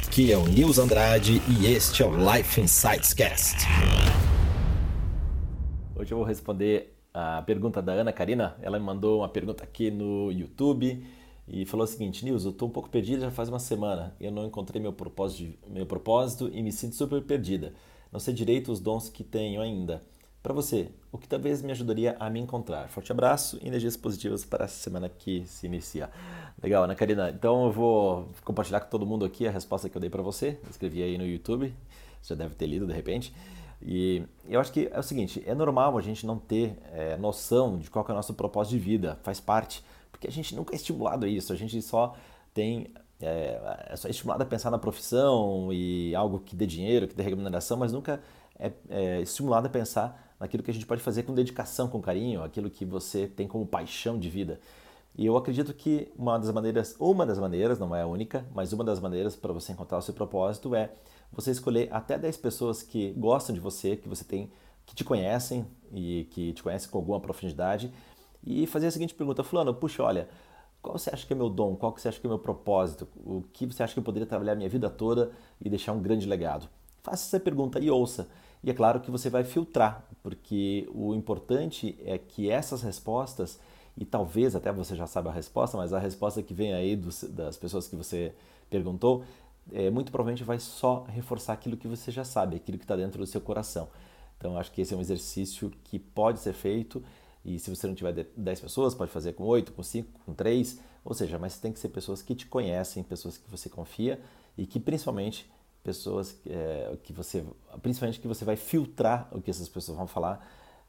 Aqui é o Nils Andrade e este é o Life Insights Cast. Hoje eu vou responder a pergunta da Ana Karina. Ela me mandou uma pergunta aqui no YouTube e falou o seguinte: Nils, eu estou um pouco perdida já faz uma semana. Eu não encontrei meu propósito e me sinto super perdida. Não sei direito os dons que tenho ainda. Para você, o que talvez me ajudaria a me encontrar? Forte abraço e energias positivas para essa semana que se inicia. Legal, Ana Karina. Então eu vou compartilhar com todo mundo aqui a resposta que eu dei para você. Escrevi aí no YouTube, você já deve ter lido de repente. E eu acho que é o seguinte, é normal a gente não ter noção de qual que é o nosso propósito de vida, faz parte, porque a gente nunca é estimulado a isso, a gente só tem, só estimulado a pensar na profissão e algo que dê dinheiro, que dê remuneração, mas nunca é estimulado a pensar naquilo que a gente pode fazer com dedicação, com carinho, aquilo que você tem como paixão de vida. E eu acredito que uma das maneiras, não é a única, mas uma das maneiras para você encontrar o seu propósito é você escolher até 10 pessoas que gostam de você, que você tem, que te conhecem e que te conhecem com alguma profundidade e fazer a seguinte pergunta: fulano, puxa, olha, qual você acha que é meu dom? Qual que você acha que é meu propósito? O que você acha que eu poderia trabalhar a minha vida toda e deixar um grande legado? Faça essa pergunta e ouça. E é claro que você vai filtrar, porque o importante é que essas respostas, e talvez até você já saiba a resposta, mas a resposta que vem aí das pessoas que você perguntou, muito provavelmente vai só reforçar aquilo que você já sabe, aquilo que está dentro do seu coração. Então acho que esse é um exercício que pode ser feito, e se você não tiver 10 pessoas, pode fazer com 8, com 5, com 3, ou seja, mas tem que ser pessoas que te conhecem, pessoas que você confia e que principalmente pessoas principalmente que você vai filtrar o que essas pessoas vão falar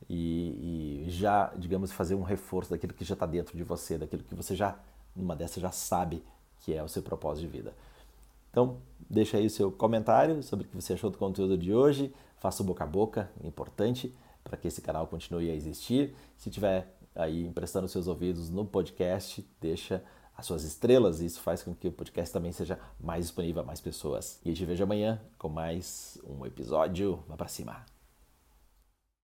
e já, digamos, fazer um reforço daquilo que já está dentro de você, daquilo que você já, numa dessas, já sabe que é o seu propósito de vida. Então, deixa aí o seu comentário sobre o que você achou do conteúdo de hoje, faça o boca a boca, é importante para que esse canal continue a existir. Se tiver aí emprestando seus ouvidos no podcast, deixa as suas estrelas, e isso faz com que o podcast também seja mais disponível a mais pessoas. E eu te vejo amanhã com mais um episódio. Vá pra cima!